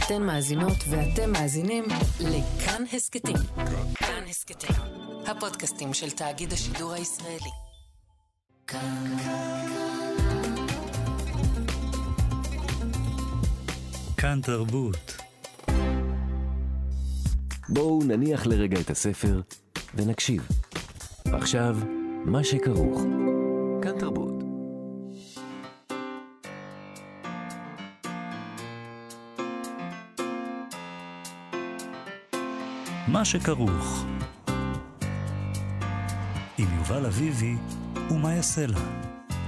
אתן מאזינות ואתם מאזינים לכאן הסקטים. כאן הסקטים, הפודקאסטים של תאגיד השידור הישראלי. כאן תרבות. בואו נניח לרגע את הספר ונקשיב. עכשיו, מה שכרוך. כאן תרבות. מה שכרוך. עם יובל אביבי ומה יעשה לה.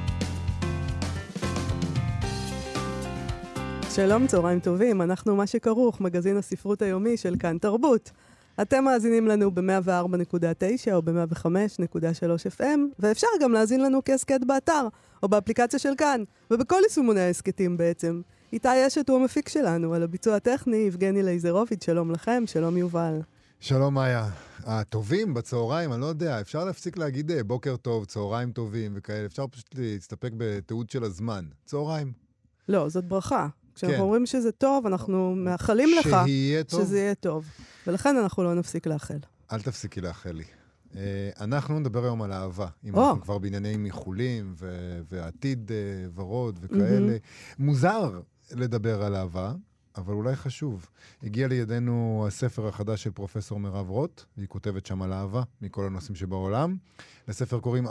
שלום, צהריים טובים, אנחנו מה שכרוך, מגזין הספרות היומי של כאן תרבות. אתם מאזינים לנו ב-104.9 או ב-105.3 FM, ואפשר גם להאזין לנו כהסקט באתר, או באפליקציה של כאן, ובכל יישומוני ההסקטים בעצם. איתי אשת הוא המפיק שלנו, על הביצוע הטכני, יבגני לייזרוביץ', שלום לכם, שלום יובל. שלום מאיה. הטובים בצהריים, אני לא יודע, אפשר להפסיק להגיד בוקר טוב, צהריים טובים וכאלה, אפשר פשוט להסתפק בתיעוד של הזמן. צהריים. לא, זאת ברכה. כשאנחנו אומרים שזה טוב, אנחנו מאחלים לך שזה יהיה טוב. ולכן אנחנו לא נפסיק לאחל. אל תפסיקי לאחל לי. אנחנו נדבר היום על אהבה. אם אנחנו כבר בענייני מיחולים ועתיד ורוד וכאלה. מוזר לדבר על אהבה, אבל אולי חשוב. הגיע לידינו הספר החדש של פרופסור מירב רוט, והיא כותבת שם על אהבה, מכל הנושאים שבעולם. לספר קוראים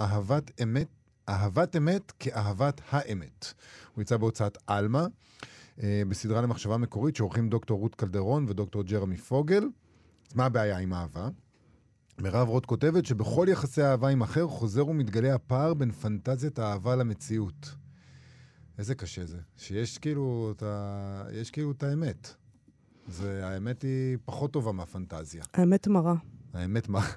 אהבת אמת כאהבת האמת. הוא יצא בהוצאת אלמה, בסדרה למחשבה מקורית שעורכים דוקטור רות קלדרון ודוקטור ג'רמי פוגל. מה הבעיה עם אהבה? מירב רוט כותבת שבכל יחסי אהבה עם אחר חוזר ומתגלה הפער בין פנטזיית האהבה למציאות. איזה קשה זה. שיש כאילו את האמת. האמת היא פחות טובה מהפנטזיה. האמת מרה. האמת מרה.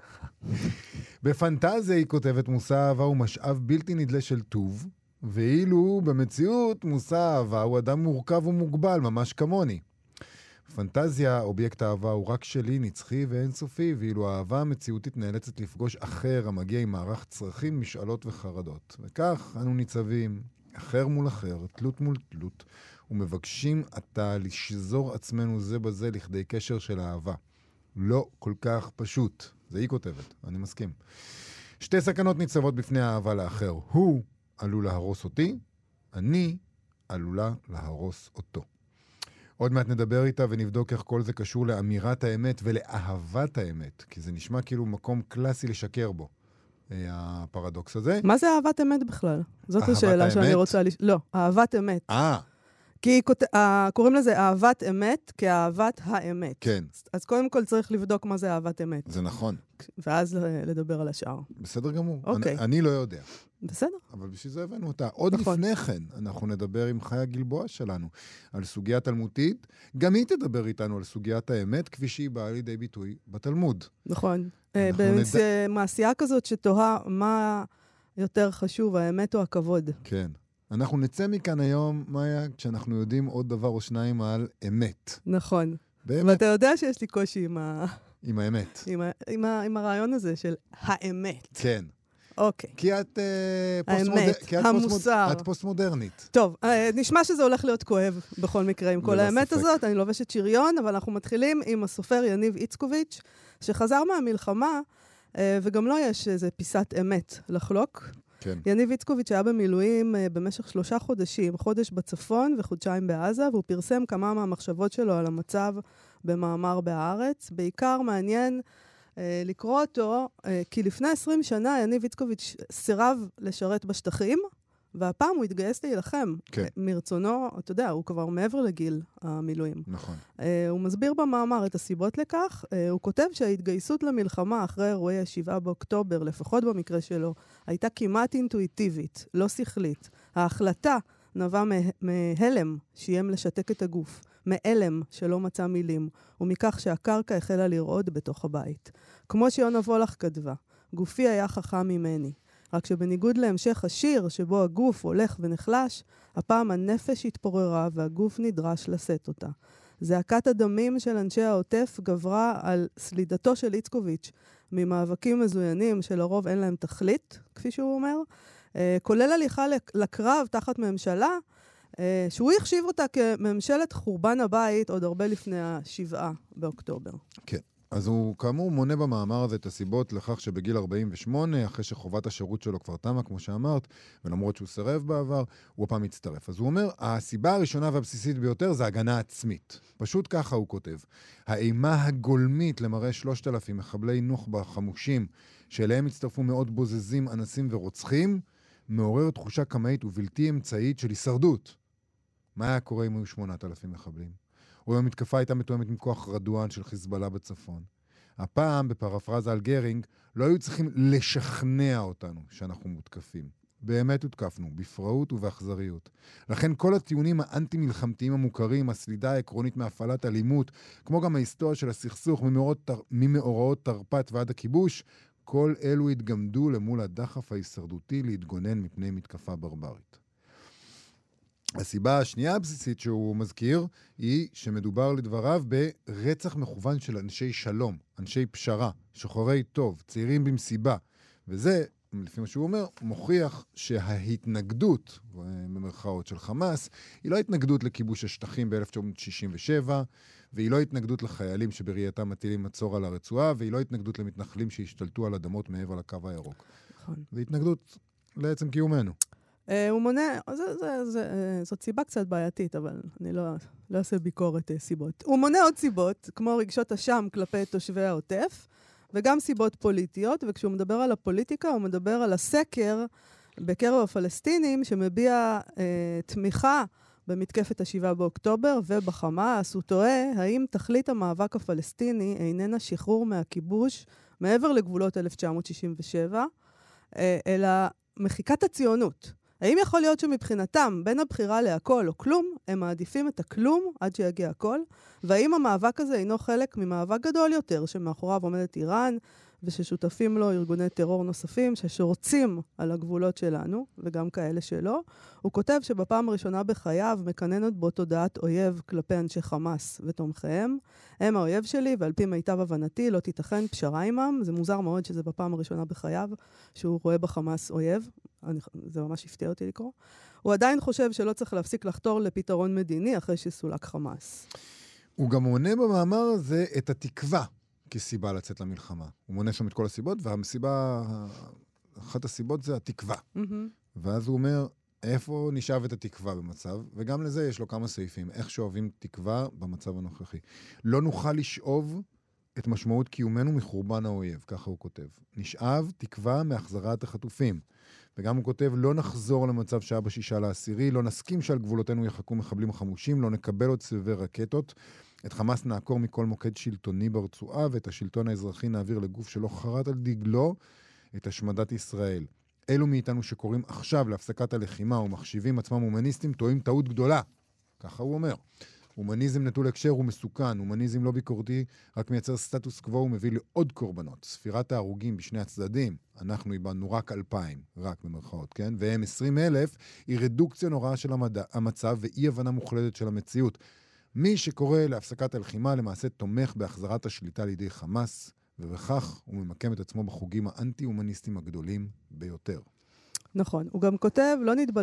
בפנטזיה היא כותבת מושא אהבה הוא משאב בלתי נדלה של טוב, ואילו במציאות מושא אהבה הוא אדם מורכב ומוגבל, ממש כמוני. פנטזיה, אובייקט האהבה הוא רק שלי, נצחי ואינסופי, ואילו האהבה המציאותית נאלצת לפגוש אחר המגיע עם מערך צרכים, משאלות וחרדות. וכך אנו ניצבים אחר מול אחר, תלות מול תלות, ומבקשים עתה לשזור עצמנו זה בזה לכדי קשר של אהבה. לא כל כך פשוט. זה היא כותבת, אני מסכים. שתי סכנות ניצבות בפני האהבה לאחר. הוא עלול להרוס אותי, אני עלולה להרוס אותו. עוד מעט נדבר איתה ונבדוק איך כל זה קשור לאמירת האמת ולאהבת האמת, כי זה נשמע כאילו מקום קלאסי לשקר בו, הפרדוקס הזה. מה זה אהבת אמת בכלל? זאת השאלה שאני רוצה לא, אהבת אמת. כי קוראים לזה אהבת אמת כאהבת האמת. כן. אז קודם כל צריך לבדוק מה זה אהבת אמת. זה נכון. ואז לדבר על השאר. בסדר גמור. אוקיי. אני לא יודע. בסדר. אבל בשביל זה הבאנו אותה. עוד לפני כן, אנחנו נדבר עם חיה גלבוע שלנו על סוגיה תלמודית. גם היא תדבר איתנו על סוגיית האמת, כפי שהיא באה לידי ביטוי בתלמוד. נכון. מעשייה כזאת שתוהה מה יותר חשוב, האמת או הכבוד. כן. אנחנו נצא מכאן היום, מאיה, כשאנחנו יודעים עוד דבר או שניים על אמת. נכון. באמת. ואתה יודע שיש לי קושי עם האמת. עם הרעיון הזה של האמת. כן. אוקיי. כי את המוסר. את פוסט-מודרנית. טוב, נשמע שזה הולך להיות כואב בכל מקרה עם כל האמת הזאת. אני לובשת שריון, אבל אנחנו מתחילים עם הסופר יניב איצקוביץ', שחזר מהמלחמה, וגם לו יש איזו פיסת אמת לחלוק. כן. יניב איצקוביץ' היה במילואים במשך 3 חודשים, חודש בצפון וחודשיים בעזה, והוא פרסם כמה מהמחשבות שלו על המצב במאמר בהארץ. בעיקר מעניין לקרוא אותו, כי לפני 20 שנה יניב איצקוביץ' סירב לשרת בשטחים, והפעם הוא התגייס להילחם. כן. מרצונו, אתה יודע, הוא כבר מעבר לגיל המילואים. נכון. הוא מסביר במאמר את הסיבות לכך. הוא כותב שההתגייסות למלחמה אחרי אירועי 7 באוקטובר, לפחות במקרה שלו, הייתה כמעט אינטואיטיבית, לא שכלית. ההחלטה נבעה מהלם שיים לשתק את הגוף, מאלם שלא מצא מילים, ומכך שהקרקע החלה לרעוד בתוך הבית. כמו שיונה וולך כתבה, גופי היה חכם ממני. רק שבניגוד להמשך השיר שבו הגוף הולך ונחלש, הפעם הנפש התפוררה והגוף נדרש לשאת אותה. זעקת הדמים של אנשי העוטף גברה על סלידתו של איצקוביץ' ממאבקים מזוינים שלרוב אין להם תכלית, כפי שהוא אומר, כולל הליכה לקרב תחת ממשלה שהוא החשיב אותה כממשלת חורבן הבית עוד הרבה לפני 7 באוקטובר. כן. אז הוא כאמור מונה במאמר הזה את הסיבות לכך שבגיל 48, אחרי שחובת השירות שלו כבר תמה, כמו שאמרת, ולמרות שהוא סירב בעבר, הוא הפעם מצטרף. אז הוא אומר, הסיבה הראשונה והבסיסית ביותר זה הגנה עצמית. פשוט ככה הוא כותב. האימה הגולמית למראה 3,000 מחבלי נוח'בה חמושים, שאליהם הצטרפו מאוד בוזזים, אנסים ורוצחים, מעורר תחושה קמאית ובלתי אמצעית של הישרדות. מה היה קורה אם היו 8,000 מחבלים? או אם המתקפה הייתה מתואמת עם כוח רדואן של חיזבאללה בצפון. הפעם, בפרפרזה על גרינג, לא היו צריכים לשכנע אותנו שאנחנו מותקפים. באמת הותקפנו, בפראות ובאכזריות. לכן כל הטיעונים האנטי-מלחמתיים המוכרים, הסלידה העקרונית מהפעלת אלימות, כמו גם ההיסטוריה של הסכסוך ממאורעות תרפ"ט ועד הכיבוש, כל אלו התגמדו למול הדחף ההישרדותי להתגונן מפני מתקפה ברברית. הסיבה השנייה הבסיסית שהוא מזכיר היא שמדובר לדבריו ברצח מכוון של אנשי שלום, אנשי פשרה, שוחרי טוב, צעירים במסיבה. וזה, לפי מה שהוא אומר, מוכיח שההתנגדות, במרכאות של חמאס, היא לא התנגדות לכיבוש השטחים ב-1967, והיא לא התנגדות לחיילים שבראייתם מטילים מצור על הרצועה, והיא לא התנגדות למתנחלים שהשתלטו על אדמות מעבר לקו הירוק. נכון. זה התנגדות לעצם קיומנו. הוא מונה, זאת סיבה קצת בעייתית, אבל אני לא אעשה ביקורת סיבות. הוא מונה עוד סיבות, כמו רגשות אשם כלפי תושבי העוטף, וגם סיבות פוליטיות, וכשהוא מדבר על הפוליטיקה, הוא מדבר על הסקר בקרב הפלסטינים, שמביע תמיכה במתקפת 7 באוקטובר ובחמאס. הוא תוהה, האם תכלית המאבק הפלסטיני איננה שחרור מהכיבוש מעבר לגבולות 1967, אלא מחיקת הציונות. האם יכול להיות שמבחינתם, בין הבחירה להכל או כלום, הם מעדיפים את הכלום עד שיגיע הכל? והאם המאבק הזה אינו חלק ממאבק גדול יותר, שמאחוריו עומדת איראן, וששותפים לו ארגוני טרור נוספים, ששורצים על הגבולות שלנו, וגם כאלה שלא? הוא כותב שבפעם הראשונה בחייו מקננת בו תודעת אויב כלפי אנשי חמאס ותומכיהם. הם האויב שלי, ועל פי מיטב הבנתי לא תיתכן פשרה עמם. זה מוזר מאוד שזה בפעם הראשונה בחייו, שהוא רואה בחמאס אויב. זה ממש הפתיע אותי לקרוא. הוא עדיין חושב שלא צריך להפסיק לחתור לפתרון מדיני אחרי שסולק חמאס. הוא גם מונה במאמר הזה את התקווה כסיבה לצאת למלחמה. הוא מונה שם את כל הסיבות, והסיבה, אחת הסיבות זה התקווה. ואז הוא אומר, איפה נשאב את התקווה במצב? וגם לזה יש לו כמה סעיפים. איך שואבים תקווה במצב הנוכחי. לא נוכל לשאוב את משמעות קיומנו מחורבן האויב, ככה הוא כותב. נשאב תקווה מהחזרת החטופים. וגם הוא כותב, לא נחזור למצב שהיה ב6/10, לא נסכים שעל גבולותינו יחכו מחבלים חמושים, לא נקבל עוד סבבי רקטות, את חמאס נעקור מכל מוקד שלטוני ברצועה, ואת השלטון האזרחי נעביר לגוף שלא חרת על דגלו את השמדת ישראל. אלו מאיתנו שקוראים עכשיו להפסקת הלחימה ומחשיבים עצמם הומניסטים, טועים טעות גדולה. ככה הוא אומר. הומניזם נטול הקשר הוא מסוכן, הומניזם לא ביקורתי, רק מייצר סטטוס קוו ומביא לעוד קורבנות. ספירת ההרוגים בשני הצדדים, אנחנו איבדנו רק 2,000, רק במרכאות, כן? והם 20,000, היא רדוקציה נוראה של המצב ואי הבנה מוחלטת של המציאות. מי שקורא להפסקת הלחימה למעשה תומך בהחזרת השליטה לידי חמאס, ובכך הוא ממקם את עצמו בחוגים האנטי-הומניסטים הגדולים ביותר. נכון. הוא גם כותב,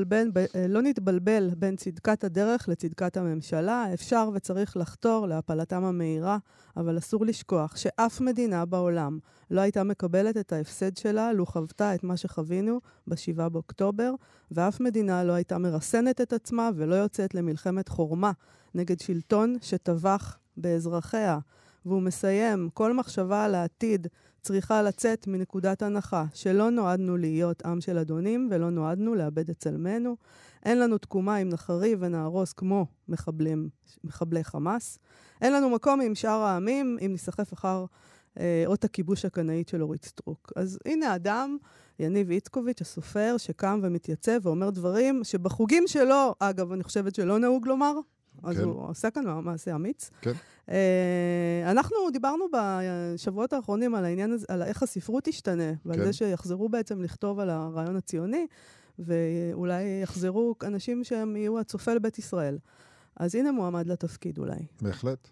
לא נתבלבל בין צדקת הדרך לצדקת הממשלה. אפשר וצריך לחתור להפלתם המהירה, אבל אסור לשכוח שאף מדינה בעולם לא הייתה מקבלת את ההפסד שלה, לו חוותה את מה שחווינו ב7 באוקטובר, ואף מדינה לא הייתה מרסנת את עצמה ולא יוצאת למלחמת חורמה נגד שלטון שטבח באזרחיה. והוא מסיים, כל מחשבה על העתיד צריכה לצאת מנקודת הנחה, שלא נועדנו להיות עם של אדונים, ולא נועדנו לאבד את צלמנו. אין לנו תקומה אם נחריב ונהרוס כמו מחבלי חמאס. אין לנו מקום עם שאר העמים, אם נסחף אחר אות הכיבוש הקנאית של אורית סטרוק. אז הנה אדם, יניב איצקוביץ', הסופר, שקם ומתייצב ואומר דברים שבחוגים שלו, אגב, אני חושבת שלא נהוג לומר, אז כן. הוא עושה כאן מעשה אמיץ. כן. אנחנו דיברנו בשבועות האחרונים על העניין הזה, על איך הספרות תשתנה, ועל כן. זה שיחזרו בעצם לכתוב על הרעיון הציוני, ואולי יחזרו אנשים שהם יהיו הצופה לבית ישראל. אז הנה מועמד לתפקיד אולי. בהחלט.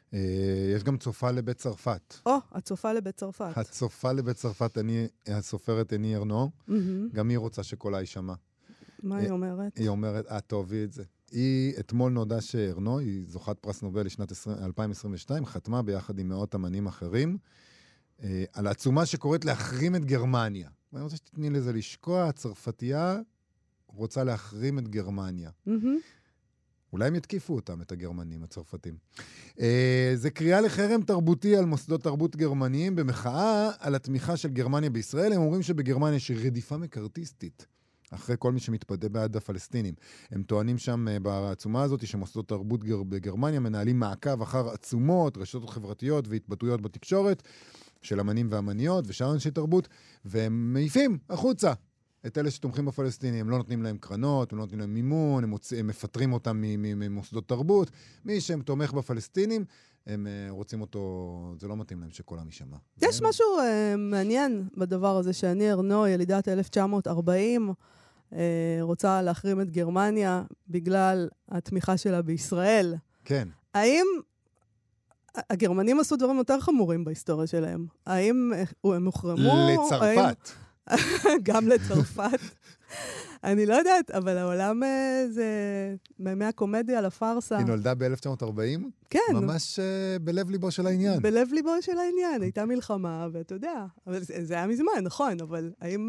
יש גם צופה לבית צרפת. הצופה לבית צרפת. הצופה לבית צרפת, הסופרת אני ארנו, גם היא רוצה שקולה יישמע. מה היא אומרת? היא אומרת, תאהבי את זה. אתמול נודע שארנו, היא זוכת פרס נובל לשנת 2022, חתמה ביחד עם מאות אמנים אחרים, על העצומה שקוראת להחרים את גרמניה. ואני רוצה שתתני לזה לשקוע, הצרפתייה רוצה להחרים את גרמניה. אולי הם יתקיפו אותם, את הגרמנים, הצרפתים. זה קריאה לחרם תרבותי על מוסדות תרבות גרמניים, במחאה על התמיכה של גרמניה בישראל. הם אומרים שבגרמניה יש רדיפה מקרטיסטית, אחרי כל מי שמתפדה בעד הפלסטינים. הם טוענים שם בעצומה הזאת שמוסדות תרבות בגרמניה מנהלים מעקב אחר עצומות, רשתות חברתיות והתבטאויות בתקשורת של אמנים ואמניות ושאר אנשי תרבות, והם מעיפים החוצה את אלה שתומכים בפלסטינים. הם לא נותנים להם קרנות, הם לא נותנים להם מימון, הם מפטרים אותם ממוסדות תרבות. מי שהם תומך בפלסטינים, הם רוצים אותו, זה לא מתאים להם שקולם יישמע. יש משהו מעניין בדבר הזה, שאני ארנו, ילידת 1940, רוצה להחרים את גרמניה בגלל התמיכה שלה בישראל. כן. האם הגרמנים עשו דברים יותר חמורים בהיסטוריה שלהם? האם הם הוחרמו? לצרפת. גם לצרפת. אני לא יודעת, אבל העולם זה מהקומדיה לפרסה. היא נולדה ב-1940? כן. ממש בלב ליבו של העניין. בלב ליבו של העניין. הייתה מלחמה, ואתה יודע, אבל זה היה מזמן, נכון, אבל האם...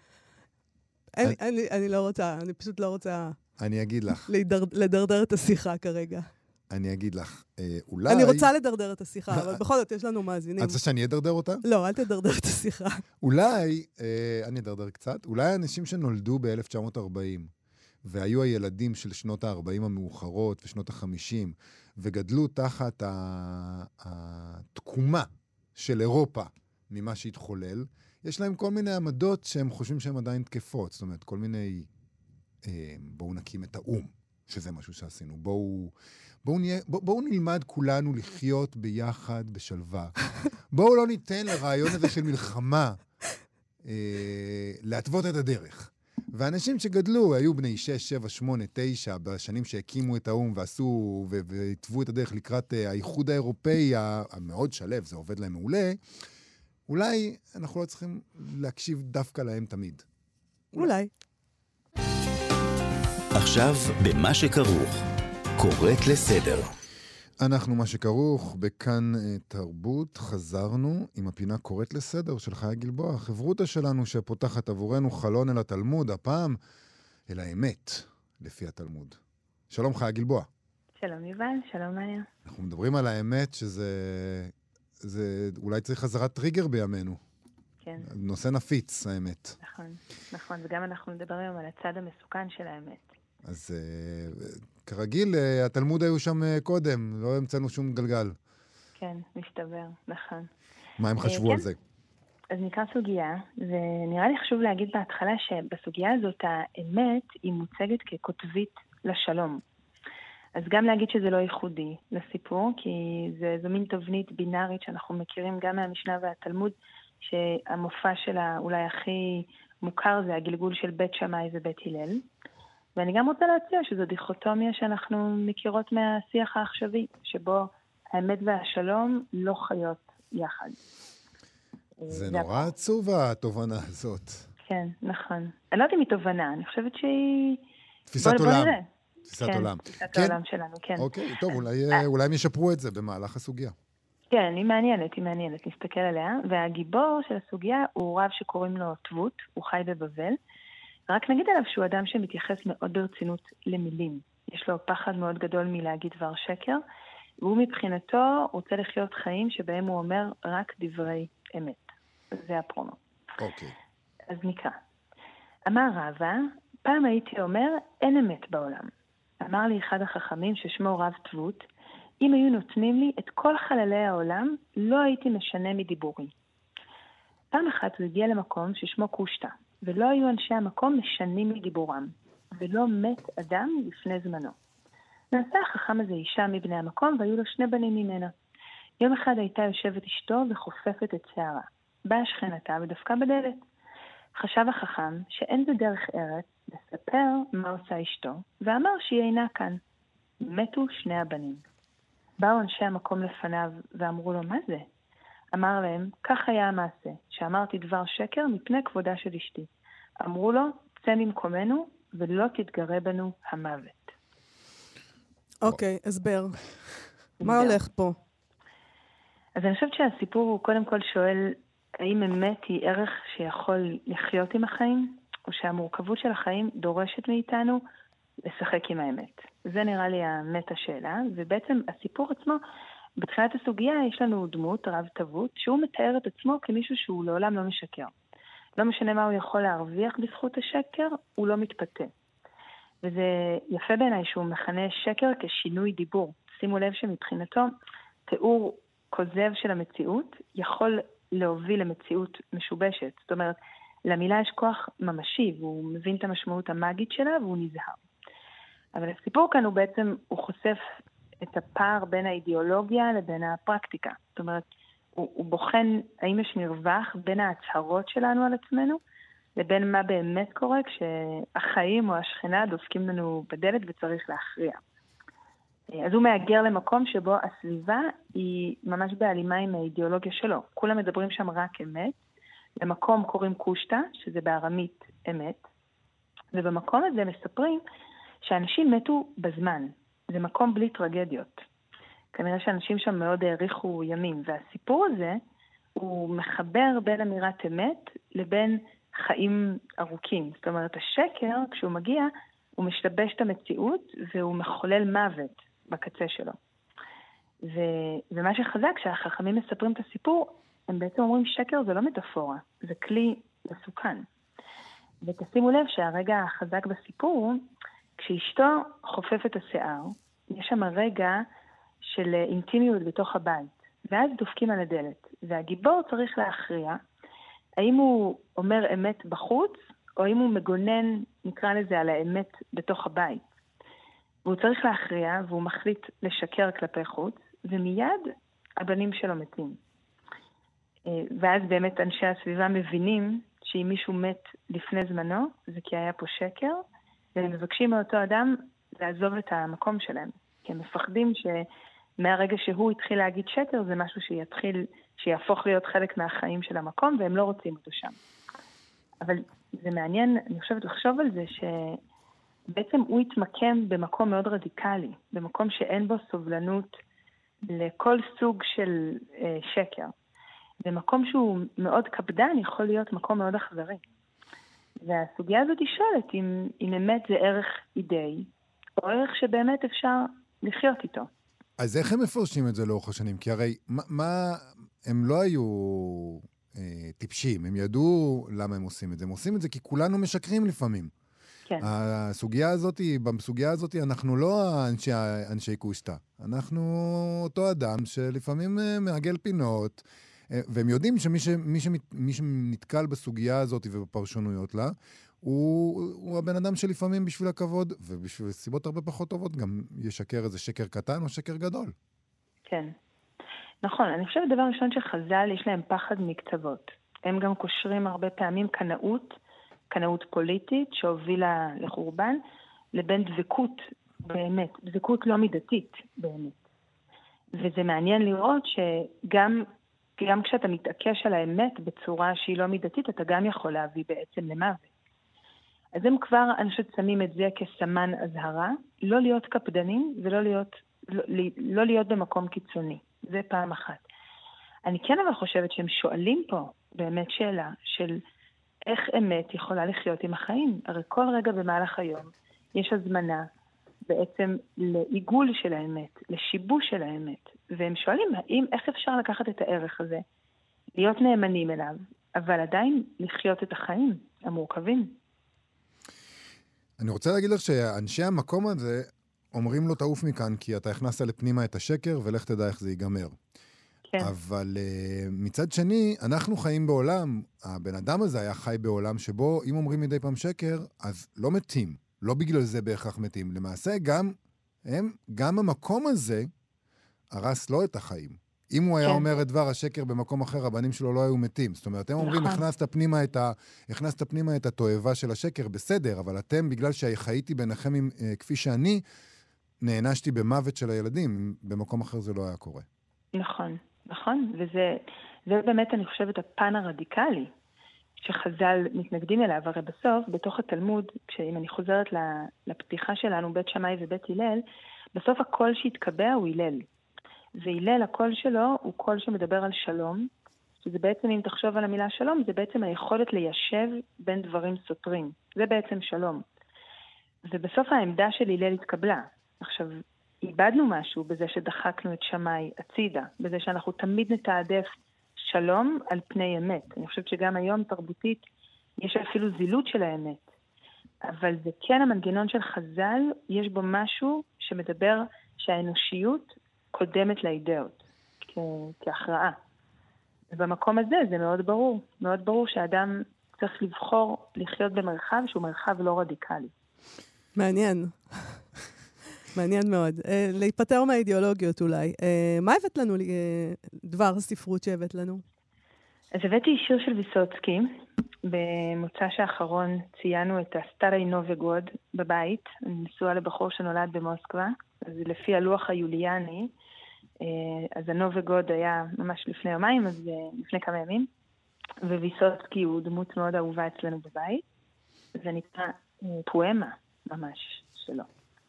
אני לא רוצה, אני פשוט לא רוצה... אני אגיד לך. לדרדר את השיחה כרגע. אני אגיד לך, אולי... אני רוצה לדרדר את השיחה, אבל בכל זאת יש לנו מאזינים. את רוצה שאני אדרדר אותה? לא, אל תדרדר את השיחה. אולי, אני אדרדר קצת, אולי אנשים שנולדו ב-1940, והיו הילדים של שנות ה-40 המאוחרות ושנות ה-50, וגדלו תחת התקומה של אירופה ממה שהתחולל, יש להם כל מיני עמדות שהם חושבים שהן עדיין תקפות. זאת אומרת, כל מיני... בואו נקים את האום, שזה משהו שעשינו. בואו נלמד כולנו לחיות ביחד בשלווה. בואו לא ניתן לרעיון הזה של מלחמה להתוות את הדרך. ואנשים שגדלו, היו בני 6, 7, 8, 9, בשנים שהקימו את האום ועשו והתוו את הדרך לקראת האיחוד האירופאי המאוד שלב, זה עובד להם מעולה, אולי אנחנו לא צריכים להקשיב דווקא להם תמיד. אולי. עכשיו במה שכרוך. קוראת לסדר. אנחנו מה שכרוך בכאן תרבות, חזרנו עם הפינה קוראת לסדר של חיה גלבוע, חברותה שלנו שפותחת עבורנו חלון אל התלמוד, הפעם אל האמת לפי התלמוד. שלום חיה גלבוע. שלום יובל, שלום מאיה. אנחנו מדברים על האמת שזה אולי צריך חזרת טריגר בימינו. כן. נושא נפיץ, האמת. נכון, וגם אנחנו נדבר היום על הצד המסוכן של האמת. אז כרגיל, התלמוד היו שם קודם, לא המצאנו שום גלגל. כן, מסתבר, נכון. מה הם חשבו על זה? אז נקרא סוגיה, ונראה לי חשוב להגיד בהתחלה שבסוגיה הזאת האמת היא מוצגת ככותבית לשלום. אז גם להגיד שזה לא ייחודי לסיפור, כי זו מין תבנית בינארית שאנחנו מכירים גם מהמשנה והתלמוד, שהמופע שלה אולי הכי מוכר זה הגלגול של בית שמאי ובית הלל. ואני גם רוצה להציע שזו דיכוטומיה שאנחנו מכירות מהשיח העכשווי, שבו האמת והשלום לא חיות יחד. זה נורא עצוב התובנה הזאת. כן, נכון. אני לא יודעת אם היא תובנה, אני חושבת שהיא... תפיסת עולם. תפיסת עולם. תפיסת העולם שלנו, כן. אוקיי, טוב, אולי הם ישפרו את זה במהלך הסוגיה. כן, היא מעניינת, נסתכל עליה. והגיבור של הסוגיה הוא רב שקוראים לו טבות, הוא חי בבבל. רק נגיד עליו שהוא אדם שמתייחס מאוד ברצינות למילים. יש לו פחד מאוד גדול מלהגיד דבר שקר, והוא מבחינתו רוצה לחיות חיים שבהם הוא אומר רק דברי אמת. זה הפרומו. אוקיי. אז נקרא. אמר רבא, פעם הייתי אומר, אין אמת בעולם. אמר לי אחד החכמים ששמו רב טבות, אם היו נותנים לי את כל חללי העולם, לא הייתי משנה מדיבורי. פעם אחת הוא הגיע למקום ששמו קושטה, ולא היו אנשי המקום משנים מדיבורם, ולא מת אדם לפני זמנו. נעשה החכם הזה אישה מבני המקום, והיו לו 2 בנים ממנה. יום אחד הייתה יושבת אשתו וחופפת את שערה. באה שכנתה ודפקה בדלת. חשב החכם שאין זה דרך ארץ לספר מה עושה אשתו, ואמר שהיא אינה כאן. מתו 2 הבנים. באו אנשי המקום לפניו ואמרו לו, מה זה? אמר להם, כך היה המעשה, שאמרתי דבר שקר מפני כבודה של אשתי. אמרו לו, צא ממקומנו ולא תתגרה בנו המוות. אוקיי, הסבר. מה הולך פה? אז אני חושבת שהסיפור הוא קודם כל שואל, האם אמת היא ערך שיכול לחיות עם החיים, או שהמורכבות של החיים דורשת מאיתנו לשחק עם האמת. זה נראה לי האמת השאלה, ובעצם הסיפור עצמו, בתחילת הסוגיה יש לנו דמות, רב תבות, שהוא מתאר את עצמו כמישהו שהוא לעולם לא משקר. לא משנה מה הוא יכול להרוויח בזכות השקר, הוא לא מתפתה. וזה יפה בעיניי שהוא מכנה שקר כשינוי דיבור. שימו לב שמבחינתו, תיאור כוזב של המציאות יכול להוביל למציאות משובשת. זאת אומרת, למילה יש כוח ממשי, והוא מבין את המשמעות המאגית שלה, והוא נזהר. אבל הסיפור כאן הוא חושף את הפער בין האידיאולוגיה לבין הפרקטיקה. זאת אומרת, הוא בוחן האם יש מרווח בין ההצהרות שלנו על עצמנו, לבין מה באמת קורה כשהחיים או השכנה דופקים לנו בדלת וצריך להכריע. אז הוא מאגר למקום שבו הסביבה היא ממש בהלימה עם האידיאולוגיה שלו. כולם מדברים שם רק אמת. למקום קוראים קושטה, שזה בארמית אמת. ובמקום הזה מספרים שאנשים מתו בזמן. זה מקום בלי טרגדיות. כנראה שאנשים שם מאוד העריכו ימים. והסיפור הזה הוא מחבר בין אמירת אמת לבין חיים ארוכים. זאת אומרת, השקר, כשהוא מגיע, הוא משתבש את המציאות והוא מחולל מוות בקצה שלו. ומה שחזק, כשהחכמים מספרים את הסיפור, הם בעצם אומרים שקר זה לא מטאפורה, זה כלי מסוכן. ותשימו לב שהרגע החזק בסיפור הוא, כשאשתו חופפת השיער, יש שם רגע של אינטימיות בתוך הבית, ואז דופקים על הדלת, והגיבור צריך להכריע, האם הוא אומר אמת בחוץ, או האם הוא מגונן, נקרא לזה, על האמת בתוך הבית. והוא צריך להכריע, והוא מחליט לשקר כלפי חוץ, ומיד הבנים שלו מתים. ואז באמת אנשי הסביבה מבינים שאם מישהו מת לפני זמנו, זה כי היה פה שקר, והם מבקשים מאותו אדם לעזוב את המקום שלהם. כי הם מפחדים שמהרגע שהוא התחיל להגיד שקר, זה משהו שיהפוך להיות חלק מהחיים של המקום, והם לא רוצים אותו שם. אבל זה מעניין, אני חושבת לחשוב על זה, שבעצם הוא התמקם במקום מאוד רדיקלי, במקום שאין בו סובלנות לכל סוג של שקר. במקום שהוא מאוד קפדן, יכול להיות מקום מאוד אכזרי. והסוגיה הזאת היא שואלת אם אמת זה ערך אידאי, או ערך שבאמת אפשר לחיות איתו. אז איך הם מפרשים את זה לאורך השנים? כי הרי הם לא היו טיפשים, הם ידעו למה הם עושים את זה. הם עושים את זה כי כולנו משקרים לפעמים. כן. בסוגיה הזאת אנחנו לא אנשי קושטה. אנחנו אותו אדם שלפעמים מעגל פינות, והם יודעים שמי שנתקל בסוגיה הזאת ובפרשנויות לה, הוא הבן אדם שלפעמים בשביל הכבוד, ובשביל סיבות הרבה פחות טובות, גם ישקר איזה שקר קטן או שקר גדול. כן. נכון, אני חושבת דבר ראשון שחז"ל יש להם פחד מקצוות. הם גם קושרים הרבה פעמים קנאות פוליטית שהובילה לחורבן, לבין דבקות באמת, דבקות לא מידתית באמת. וזה מעניין לראות שגם כשאתה מתעקש על האמת בצורה שהיא לא מידתית, אתה גם יכול להביא בעצם למוות. אז הם כבר, אני חושבת, שמים את זה כסמן אזהרה, לא להיות קפדנים ולא להיות במקום קיצוני. זה פעם אחת. אני כן אבל חושבת שהם שואלים פה באמת שאלה של איך אמת יכולה לחיות עם החיים. הרי כל רגע במהלך היום יש הזמנה בעצם לעיגול של האמת, לשיבוש של האמת. והם שואלים איך אפשר לקחת את הערך הזה, להיות נאמנים אליו, אבל עדיין לחיות את החיים המורכבים. אני רוצה להגיד לך שאנשי המקום הזה אומרים לו תעוף מכאן, כי אתה הכנסת לפנימה את השקר, ולך תדע איך זה ייגמר. כן. אבל מצד שני, אנחנו חיים בעולם, הבן אדם הזה היה חי בעולם שבו, אם אומרים מדי פעם שקר, אז לא מתים. לא בגלל זה בהכרח מתים. למעשה, גם המקום הזה הרס לו את החיים. אם הוא היה אומר את דבר השקר במקום אחר, הבנים שלו לא היו מתים. זאת אומרת, הם אומרים, הכנסת פנימה את התועבה של השקר, בסדר, אבל אתם, בגלל שחייתי ביניכם כפי שאני, נענשתי במוות של הילדים, במקום אחר זה לא היה קורה. נכון, וזה באמת, אני חושבת, הפן הרדיקלי, שחז"ל מתנגדים אליו, הרי בסוף, בתוך התלמוד, אם אני חוזרת לפתיחה שלנו, בית שמאי ובית הלל, בסוף הקול שהתקבע הוא הלל. והלל, הקול שלו הוא קול שמדבר על שלום, שזה בעצם, אם תחשוב על המילה שלום, זה בעצם היכולת ליישב בין דברים סותרים. זה בעצם שלום. ובסוף העמדה של הלל התקבלה. עכשיו, איבדנו משהו בזה שדחקנו את שמאי הצידה, בזה שאנחנו תמיד נתעדף שלום על פני אמת. אני חושבת שגם היום תרבותית יש אפילו זילות של האמת. אבל זה כן המנגנון של חז"ל, יש בו משהו שמדבר שהאנושיות קודמת לאידאות, כהכרעה. ובמקום הזה זה מאוד ברור. מאוד ברור שאדם צריך לבחור לחיות במרחב שהוא מרחב לא רדיקלי. מעניין. מעניין מאוד. להיפטר מהאידיאולוגיות אולי. מה הבאת לנו, דבר הספרות שהבאת לנו? אז הבאתי שיר של ויסוצקי. במוצא האחרון ציינו את הסטארי נובגוד בבית. אני נשואה לבחור שנולד במוסקבה. אז לפי הלוח היוליאני, אז הנובגוד היה ממש לפני יומיים, אז לפני כמה ימים. וויסוצקי הוא דמות מאוד אהובה אצלנו בבית. זה נקרא פואמה ממש שלו.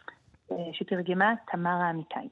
שתרגמה תמרה אמיתי.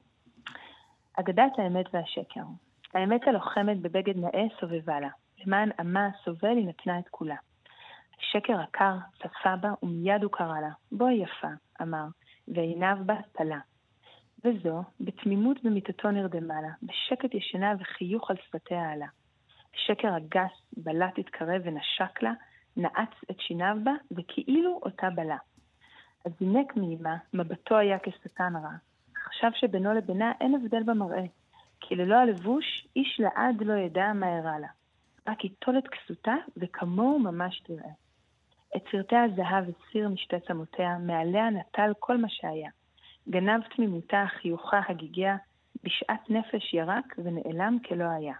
אגדת האמת והשקר. האמת הלוחמת בבגד נאה סובבה לה. למען עמה הסובל היא נתנה את כולה. השקר הקר צפה בה ומיד הוא קרא לה. בואי יפה, אמר, ועיניו בה תלה. וזו, בתמימות במיטתו נרדמה לה, בשקט ישנה וחיוך על שפתיה עלה. השקר הגס בלט התקרב ונשק לה, נעץ את שיניו בה וכאילו אותה בלה. אז זינק מאימה, מבטו היה כשטן רע. חשב שבינו לבינה אין הבדל במראה, כי ללא הלבוש איש לעד לא ידע מה הראה לה. רק יטול את כסותה וכמוהו ממש תראה. את סרטי הזהב וסיר משתי צמותיה, מעליה נטל כל מה שהיה. גנב תמימותה, חיוכה, הגיגיה, בשעת נפש ירק ונעלם כלא היה.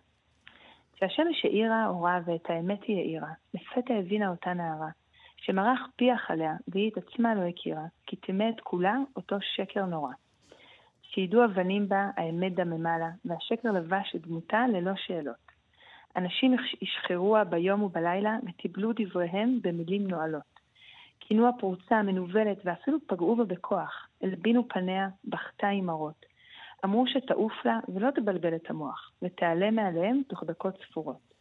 כשהשמש האירה הורה ואת האמת היא האירה, לפתע הבינה אותה נערה, שמרח פיח עליה והיא את עצמה לא הכירה, כי תמה את כולה אותו שקר נורא. שידעו אבנים בה, האמת דממה לה, והשקר לבש את דמותה ללא שאלות. אנשים ישחרוה ביום ובלילה וטיבלו דבריהם במילים נועלות. כינו הפרוצה המנובלת ואפילו פגעו בה בכוח, אלבינו פניה, בכתה עם מרות. אמרו שתעוף לה ולא תבלבל את המוח, ותעלה מעליהם תוך דקות ספורות.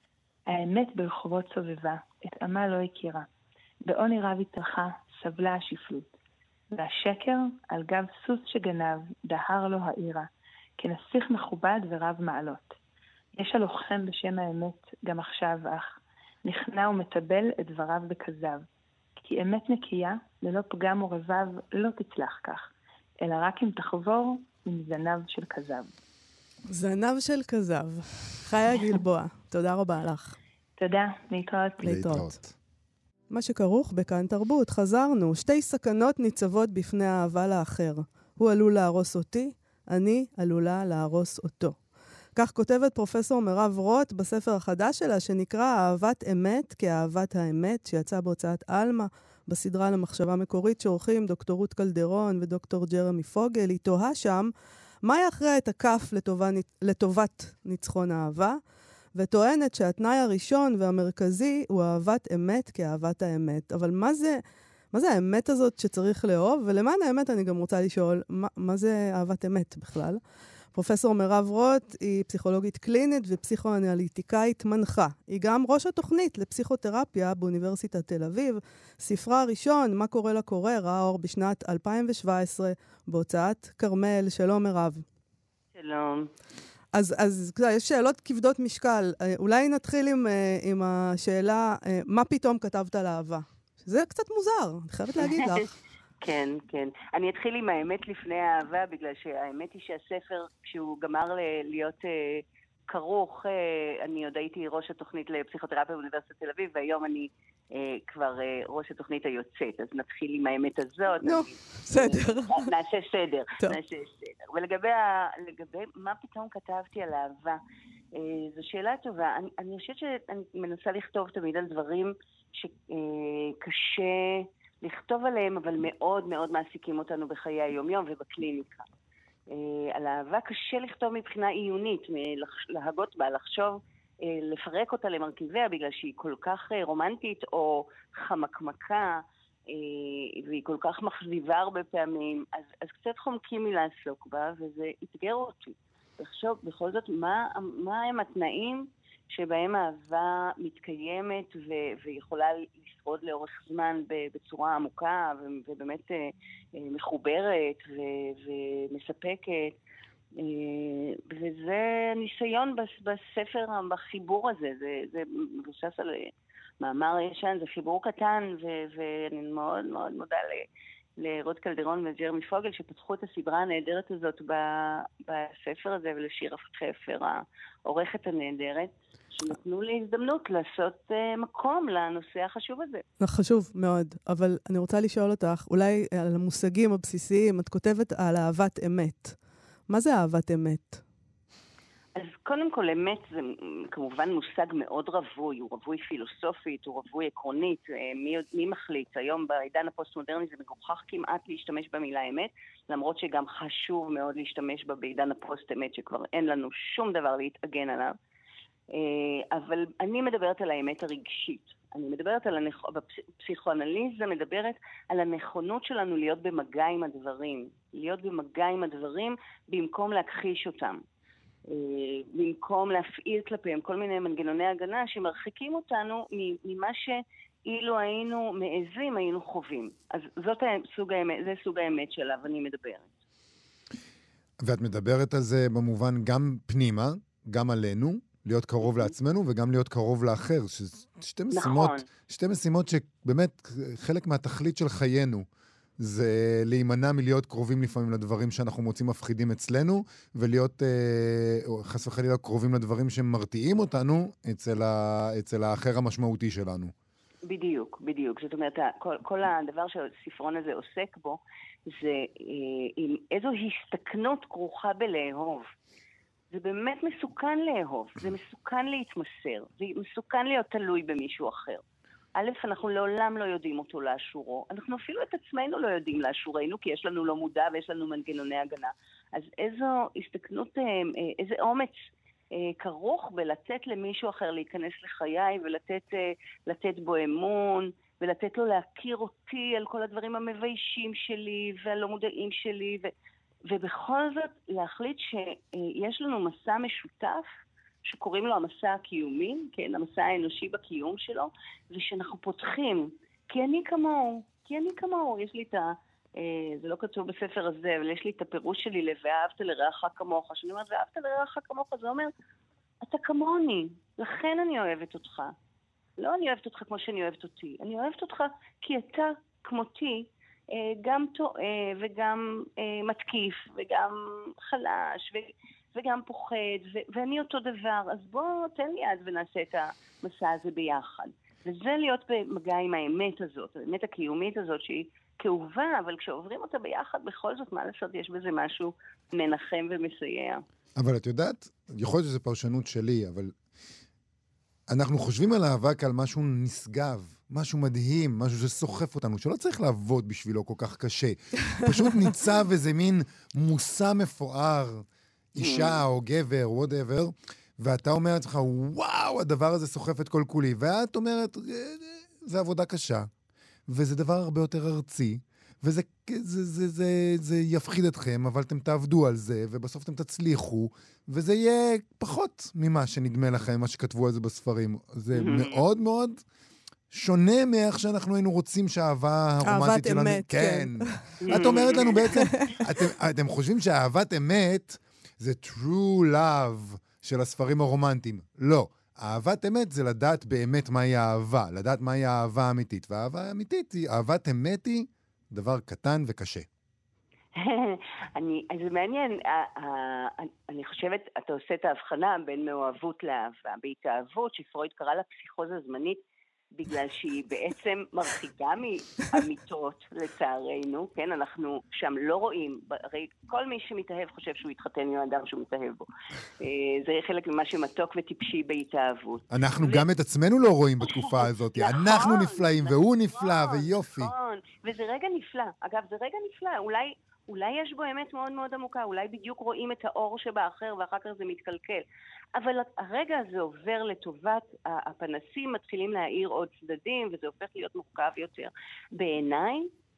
האמת ברחובות סובבה, את עמה לא הכירה. בעוני רב התרחה, סבלה השפלות. והשקר על גב סוס שגנב, דהר לו העירה, כנסיך מכובד ורב מעלות. יש הלוחם בשם האמת גם עכשיו אך, נכנע ומטבל את דבריו בכזב. כי אמת נקייה, ללא פגם או רבב, לא תצלח כך, אלא רק אם תחבור עם זנב של כזב. זנב של כזב. חיה גלבוע, תודה רבה לך. תודה, להתראות. להתראות. מה שכרוך בכאן תרבות, חזרנו. 2 סכנות ניצבות בפני האהבה לאחר. הוא עלול להרוס אותי, אני עלולה להרוס אותו. כך כותבת פרופסור מירב רוט בספר החדש שלה, שנקרא אהבת אמת כאהבת האמת, שיצא בהוצאת אלמה, בסדרה למחשבה מקורית שעורכים דוקטור רות קלדרון ודוקטור ג'רמי פוגל. היא תוהה שם מה יכריע את הכף לטובת ניצחון האהבה, וטוענת שהתנאי הראשון והמרכזי הוא אהבת אמת כאהבת האמת. אבל מה זה האמת הזאת שצריך לאהוב? ולמען האמת אני גם רוצה לשאול, מה זה אהבת אמת בכלל? פרופסור מירב רוט היא פסיכולוגית קלינית ופסיכואנליטיקאית מנחה. היא גם ראש התוכנית לפסיכותרפיה באוניברסיטת תל אביב. ספרה הראשון, מה קורה לקורא, ראה אור בשנת 2017 בהוצאת כרמל. שלום מירב. שלום. אז יש שאלות כבדות משקל. אולי נתחיל עם השאלה, מה פתאום כתבת על אהבה? זה קצת מוזר, אני חייבת להגיד לך. כן, כן. אני אתחיל עם האמת לפני האהבה, בגלל שהאמת היא שהספר, כשהוא גמר להיות כרוך, אני עוד הייתי ראש התוכנית לפסיכותרפיה באוניברסיטת תל אביב, והיום אני כבר ראש התוכנית היוצאת, אז נתחיל עם האמת הזאת. נו, בסדר. נעשה סדר. ולגבי מה פתאום כתבתי על אהבה, זו שאלה טובה. אני חושבת שאני מנסה לכתוב תמיד על דברים שקשה לכתוב עליהם, אבל מאוד מאוד מעסיקים אותנו בחיי היום-יום ובקליניקה. על אהבה קשה לכתוב מבחינה עיונית, להגות בה, לחשוב, לפרק אותה למרכיביה, בגלל שהיא כל כך רומנטית או חמקמקה, והיא כל כך מחזיבה הרבה פעמים, אז קצת חומקים מלעסוק בה, וזה יתגר אותי. לחשוב בכל זאת מה הם התנאים שבהם האהבה מתקיימת ויכולה לשרוד לאורך זמן בצורה עמוקה ובאמת מחוברת ומספקת. וזה ניסיון בספר, בחיבור הזה. זה מבוסס על מאמר ישן, זה חיבור קטן, ואני מאוד מאוד מודה לרות קלדרון וג'רמי פוגל שפתחו את הסדרה הנהדרת הזאת בספר הזה, ולשיר חפר, העורכת הנהדרת, שנתנו לי הזדמנות לעשות מקום לנושא החשוב הזה. זה חשוב מאוד, אבל אני רוצה לשאול אותך, אולי על המושגים הבסיסיים, את כותבת על אהבת אמת. מה זה אהבת אמת? אז קודם כל, אמת זה כמובן מושג מאוד רווי, הוא רווי פילוסופית, הוא רווי עקרונית, מי מחליט? היום בעידן הפוסט-מודרני זה מגוחך כמעט להשתמש במילה אמת, למרות שגם חשוב מאוד להשתמש בה בעידן הפוסט-אמת, שכבר אין לנו שום דבר להתאגן עליו. אבל אני מדברת על האמת הרגשית. אני מדברת על בפסיכואנליזה מדברת על הנכונות שלנו להיות במגע עם הדברים. להיות במגע עם הדברים במקום להכחיש אותם. במקום להפעיל כלפיהם כל מיני מנגנוני הגנה שמרחיקים אותנו ממה שאילו היינו מעזים, היינו חווים. אז זה סוג האמת שעליו אני מדברת. ואת מדברת על זה במובן גם פנימה, גם עלינו, להיות קרוב לעצמנו וגם להיות קרוב לאחר. שתי משימות שבאמת חלק מהתכלית של חיינו. זה להימנע מלהיות קרובים לפעמים לדברים שאנחנו מוצאים מפחידים אצלנו, ולהיות חס וחלילה קרובים לדברים שמרתיעים אותנו אצל האחר המשמעותי שלנו. בדיוק. זאת אומרת, כל הדבר שהספרון הזה עוסק בו, זה עם איזו הסתכנות כרוכה בלאהוב. זה באמת מסוכן לאהוב, זה מסוכן להתמסר, זה מסוכן להיות תלוי במישהו אחר. א', אנחנו לעולם לא יודעים אותו לאשורו, אנחנו אפילו את עצמנו לא יודעים לאשורנו, כי יש לנו לא מודע ויש לנו מנגנוני הגנה. אז איזו הסתכנות, איזה אומץ כרוך בלתת למישהו אחר להיכנס לחיי ולתת בו אמון, ולתת לו להכיר אותי על כל הדברים המביישים שלי והלא מודעים שלי, ובכל זאת להחליט שיש לנו מסע משותף, שקוראים לו המסע הקיומי, כן, המסע האנושי בקיום שלו, ושאנחנו פותחים, כי אני כמוהו, יש לי את זה לא כתוב בספר הזה, אבל יש לי את הפירוש שלי ל"ואהבת לרעך כמוך", שאני אומרת, "ואהבת לרעך כמוך", זה אומר, אתה כמוני, לכן אני אוהבת אותך. לא אני אוהבת אותך כמו שאני אוהבת אותי, אני אוהבת אותך כי אתה כמותי, גם טועה וגם מתקיף וגם חלש וגם פוחד, ואני אותו דבר, אז בוא תן לי יד ונעשה את המסע הזה ביחד. וזה להיות במגע עם האמת הזאת, האמת הקיומית הזאת שהיא כאובה, אבל כשעוברים אותה ביחד, בכל זאת מה לעשות, יש בזה משהו מנחם ומסייע. אבל את יודעת, יכול להיות שזו פרשנות שלי, אבל אנחנו חושבים על אהבה כעל משהו נשגב, משהו מדהים, משהו שסוחף אותנו, שלא צריך לעבוד בשבילו כל כך קשה. פשוט ניצב איזה מין מושא מפואר, אישה או גבר, whatever, ואתה אומר לעצמך, וואו, הדבר הזה סוחף את כל כולי, ואת אומרת, זה עבודה קשה, וזה דבר הרבה יותר ארצי, וזה יפחיד אתכם, אבל אתם תעבדו על זה, ובסוף אתם תצליחו, וזה יהיה פחות ממה שנדמה לכם, מה שכתבו על זה בספרים. זה מאוד מאוד שונה מאיך שאנחנו היינו רוצים שהאהבה הרומנטית שלנו... אהבת אמת, כן. את אומרת לנו בעצם, אתם חושבים שהאהבת אמת זה true love של הספרים הרומנטיים. לא. אהבת אמת זה לדעת באמת מהי האהבה, לדעת מהי האהבה האמיתית. והאהבה האמיתית היא, אהבת אמת היא דבר קטן וקשה. זה מעניין, אני חושבת, אתה עושה את ההבחנה בין מאוהבות לאהבה. בהתאהבות, שפרויד קרא לה פסיכוזה זמנית, בגלל שהיא בעצם מרחיקה מאמיתות לצערנו, כן, אנחנו שם לא רואים, הרי כל מי שמתאהב חושב שהוא יתחתן עם האדם שהוא מתאהב בו. זה חלק ממה שמתוק וטיפשי בהתאהבות. אנחנו גם את עצמנו לא רואים בתקופה הזאת, אנחנו נפלאים והוא נפלא ויופי. נכון, וזה רגע נפלא, אגב זה רגע נפלא, אולי יש בו אמת מאוד מאוד עמוקה, אולי בדיוק רואים את האור שבאחר ואחר כך זה מתקלקל. אבל הרגע הזה עובר לטובת, הפנסים מתחילים להאיר עוד צדדים, וזה הופך להיות מורכב יותר. בעיניי,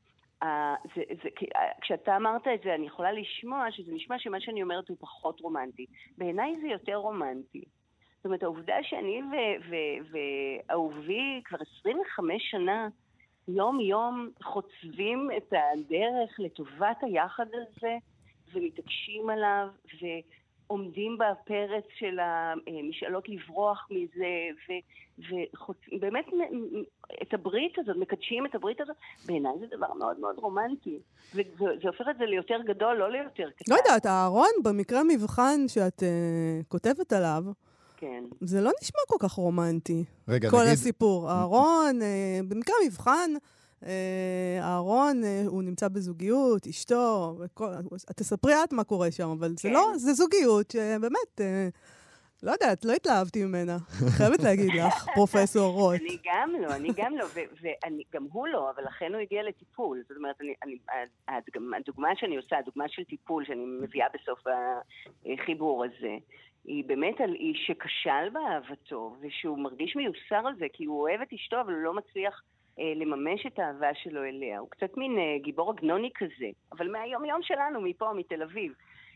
כשאתה אמרת את זה, אני יכולה לשמוע שזה נשמע שמה שאני אומרת הוא פחות רומנטי. בעיניי זה יותר רומנטי. זאת אומרת, העובדה שאני ואהובי כבר 25 שנה, יום יום חוצבים את הדרך לטובת היחד הזה, ומתעקשים עליו, ועומדים בפרץ של המשאלות לברוח מזה, ובאמת את הברית הזאת, מקדשים את הברית הזאת, בעיניי זה דבר מאוד מאוד רומנטי. וזה הופך את זה ליותר גדול, לא ליותר קטן. לא יודעת, הארון, במקרה מבחן שאת כותבת עליו, כן. זה לא נשמע כל כך רומנטי. רגע, כל נגיד... הסיפור. הארון, במקרה מבחן, הארון, הוא נמצא בזוגיות, אשתו, את תספרי את מה קורה שם, אבל זה לא, זה זוגיות שבאמת, לא יודעת, לא התלהבתי ממנה. חייבת להגיד לך, פרופסור רוט. אני גם לא, וגם הוא לא, אבל לכן הוא הגיע לטיפול. זאת אומרת, הדוגמה שאני עושה, הדוגמה של טיפול שאני מביאה בסוף החיבור הזה, היא באמת על איש שכשל באהבתו, ושהוא מרגיש מיוסר על זה, כי הוא אוהב את אשתו, אבל הוא לא מצליח לממש את האהבה שלו אליה. הוא קצת מין גיבור עגנוני כזה, אבל מהיום שלנו, מפה, מתל אביב,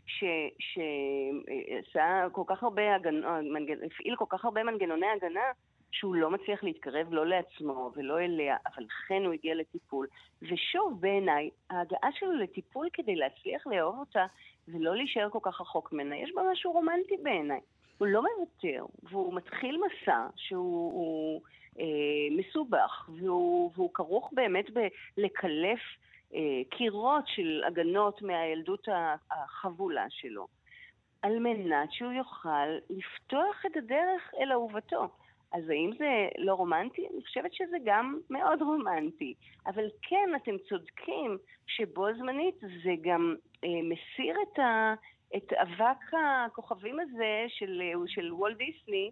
שעשה כל כך הרבה הפעיל כל כך הרבה מנגנוני הגנה, שהוא לא מצליח להתקרב לא לעצמו ולא אליה, אבל לכן הוא הגיע לטיפול. ושוב, בעיניי, ההגעה שלו לטיפול כדי להצליח לאהוב אותה, ולא להישאר כל כך רחוק ממנה, יש בה משהו רומנטי בעיניי. הוא לא מוותר, והוא מתחיל מסע שהוא מסובך, והוא כרוך באמת בלקלף קירות של הגנות מהילדות החבולה שלו, על מנת שהוא יוכל לפתוח את הדרך אל אהובתו. אז האם זה לא רומנטי? אני חושבת שזה גם מאוד רומנטי. אבל כן, אתם צודקים שבו זמנית זה גם מסיר את אבק הכוכבים הזה של וולט דיסני,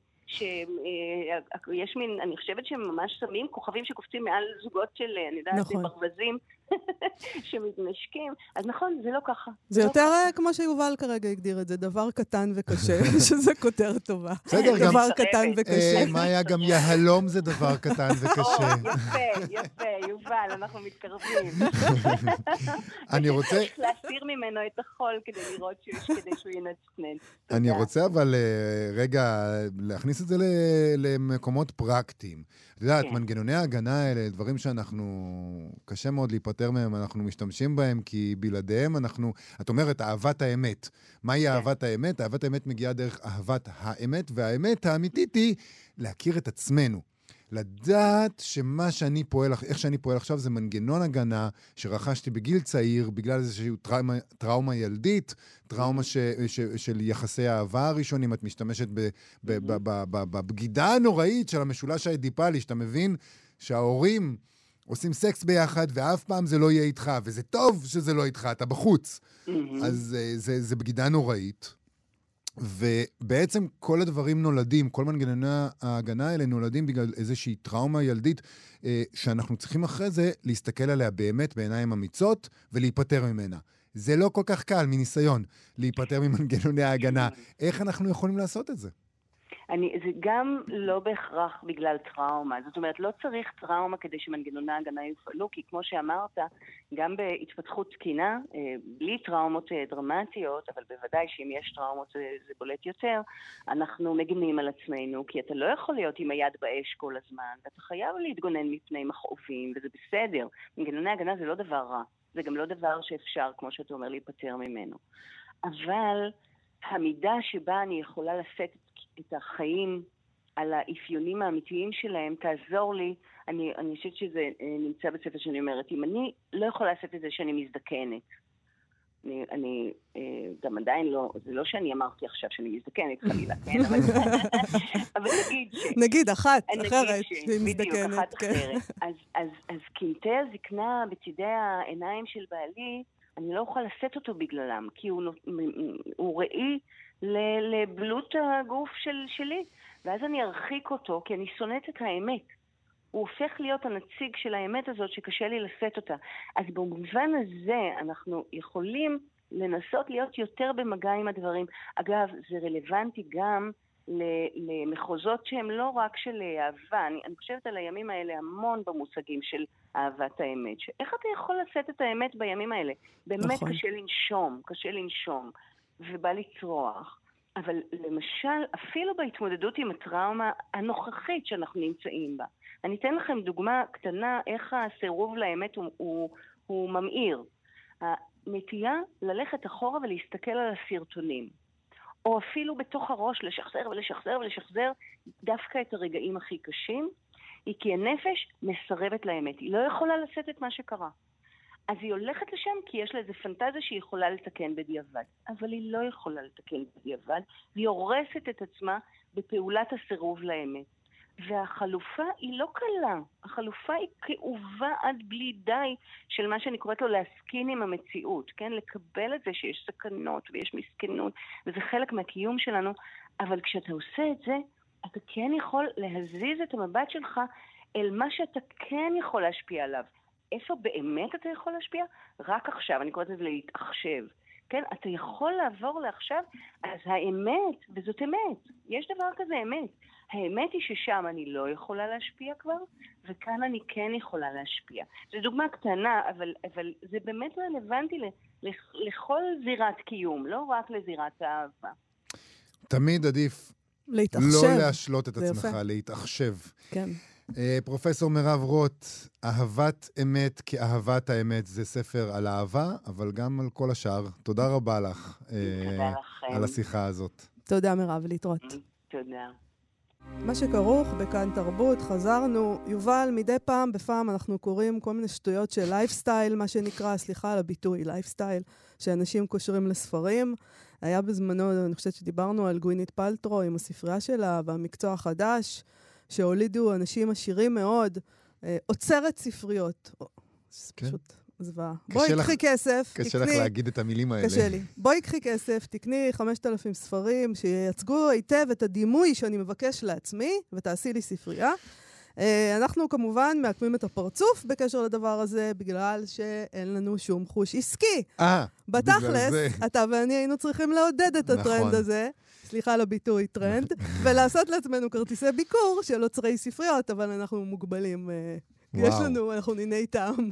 שיש מין, אני חושבת שהם ממש שמים כוכבים שקופצים מעל זוגות של, אני יודעת, נכון. ברווזים שמתנשקים. אז נכון, זה לא ככה. זה יותר כמו שיובל כרגע הגדיר את זה, דבר קטן וקשה, שזה כותר טובה. בסדר, גם... דבר קטן וקשה. מה היה גם יהלום זה דבר קטן וקשה. יפה, יובל, אנחנו מתקרבים. אני רוצה... צריך להסיר ממנו את החול כדי לראות כדי שהוא ינצנן. אני רוצה אבל רגע להכניס את זה למקומות פרקטיים. את יודעת, מנגנוני ההגנה האלה, דברים שאנחנו, קשה מאוד להיפטר מהם, אנחנו משתמשים בהם, כי בלעדיהם אנחנו, את אומרת, אהבת האמת. מהי אהבת האמת? אהבת האמת מגיעה דרך אהבת האמת, והאמת האמיתית היא להכיר את עצמנו. לדעת שמה שאני פועל, איך שאני פועל עכשיו, זה מנגנון הגנה שרכשתי בגיל צעיר, בגלל איזושהי טראומה ילדית, טראומה של יחסי האהבה הראשונים, את משתמשת בבגידה הנוראית של המשולש האדיפלי, שאתה מבין שההורים עושים סקס ביחד, ואף פעם זה לא יהיה איתך, וזה טוב שזה לא איתך, אתה בחוץ. אז זה בגידה נוראית. ובעצם כל הדברים נולדים, כל מנגנוני ההגנה האלה נולדים בגלל איזושהי טראומה ילדית, שאנחנו צריכים אחרי זה להסתכל עליה באמת בעיניים אמיצות ולהיפטר ממנה. זה לא כל כך קל מניסיון להיפטר ממנגנוני ההגנה. איך אנחנו יכולים לעשות את זה? זה גם לא בהכרח בגלל טראומה. זאת אומרת, לא צריך טראומה כדי שמנגנוני ההגנה יופעלו, כי כמו שאמרת, גם בהתפתחות תקינה, בלי טראומות דרמטיות, אבל בוודאי שאם יש טראומות זה בולט יותר, אנחנו מגנים על עצמנו, כי אתה לא יכול להיות עם היד באש כל הזמן, ואתה חייב להתגונן מפני מכאובים, וזה בסדר. מנגנוני ההגנה זה לא דבר רע. זה גם לא דבר שאפשר, כמו שאתה אומר, להיפטר ממנו. אבל המידה שבה אני יכולה לשאת את החיים על האפיונים האמיתיים שלהם, תעזור לי. אני חושבת שזה נמצא בספר שאני אומרת, אם אני לא יכולה לעשות את זה שאני מזדקנת, אני גם עדיין לא, זה לא שאני אמרתי עכשיו שאני מזדקנת חלילה, כן? אבל נגיד אחת אחרת שהיא מזדקנת. בדיוק, אחת אחרת. אז קמטי הזקנה בצדי העיניים של בעלי, אני לא אוכל לשאת אותו בגללם, כי הוא ראי לבלות הגוף שלי, ואז אני ארחיק אותו, כי אני שונאת את האמת. הוא הופך להיות הנציג של האמת הזאת שקשה לי לשאת אותה. אז במובן הזה אנחנו יכולים לנסות להיות יותר במגע עם הדברים. אגב, זה רלוונטי גם למחוזות שהם לא רק של אהבה. אני חושבת על הימים האלה המון במושגים של אהבת האמת. איך אתה יכול לשאת את האמת בימים האלה? באמת נכון. קשה לנשום, ובא לצרוח. אבל למשל, אפילו בהתמודדות עם הטראומה הנוכחית שאנחנו נמצאים בה. אני אתן לכם דוגמה קטנה איך הסירוב לאמת הוא ממאיר. הנטייה ללכת אחורה ולהסתכל על הסרטונים. או אפילו בתוך הראש לשחזר דווקא את הרגעים הכי קשים, היא כי הנפש מסרבת לאמת. היא לא יכולה לשאת את מה שקרה. אז היא הולכת לשם כי יש לה איזו פנטזיה שהיא יכולה לתקן בדיעבד. אבל היא לא יכולה לתקן בדיעבד, והיא הורסת את עצמה בפעולת הסירוב לאמת. והחלופה היא לא קלה. החלופה היא כאובה עד בלי די של מה שאני קוראת לו להסכין עם המציאות, כן? לקבל את זה שיש סכנות ויש מסכנות, וזה חלק מהקיום שלנו, אבל כשאתה עושה את זה, אתה כן יכול להזיז את המבט שלך אל מה שאתה כן יכול להשפיע עליו. איפה באמת אתה יכול להשפיע? רק עכשיו, אני קוראת לזה להתחשב. כן, אתה יכול לעבור לעכשיו, אז האמת, וזאת אמת, יש דבר כזה אמת. האמת היא ששם אני לא יכולה להשפיע כבר, וכאן אני כן יכולה להשפיע. זו דוגמה קטנה, אבל זה באמת רלוונטי לכל זירת קיום, לא רק לזירת האהבה. תמיד עדיף להתחשב. לא להשלות את עצמך, להתחשב. כן. פרופסור מירב רוט, אהבת אמת כאהבת האמת, זה ספר על אהבה, אבל גם על כל השאר. תודה רבה לך על השיחה הזאת. תודה מירב, להתראות. תודה. מה שכרוך בכאן תרבות, חזרנו. יובל, מדי פעם בפעם אנחנו קוראים כל מיני שטויות של לייפסטייל, מה שנקרא, סליחה על הביטוי, לייפסטייל, שאנשים קושרים לספרים. היה בזמנו, אני חושבת שדיברנו על גווינית פלטרו עם הספרייה שלה והמקצוע החדש, שהולידו אנשים עשירים מאוד, עוצרת ספריות. פשוט זוועה. בואי קחי כסף. קשה לך להגיד את המילים האלה. קשה לי. בואי קחי כסף, תקני 5,000 ספרים, שייצגו היטב את הדימוי שאני מבקש לעצמי, ותעשי לי ספרייה. אנחנו כמובן מעקמים את הפרצוף בקשר לדבר הזה, בגלל שאין לנו שום חוש עסקי. בתכלס, אתה ואני היינו צריכים לעודד את הטרנד הזה. סליחה על הביטוי, טרנד, ולעשות לעצמנו כרטיסי ביקור של אוצרי ספריות, אבל אנחנו מוגבלים. יש לנו, אנחנו ניני טעם.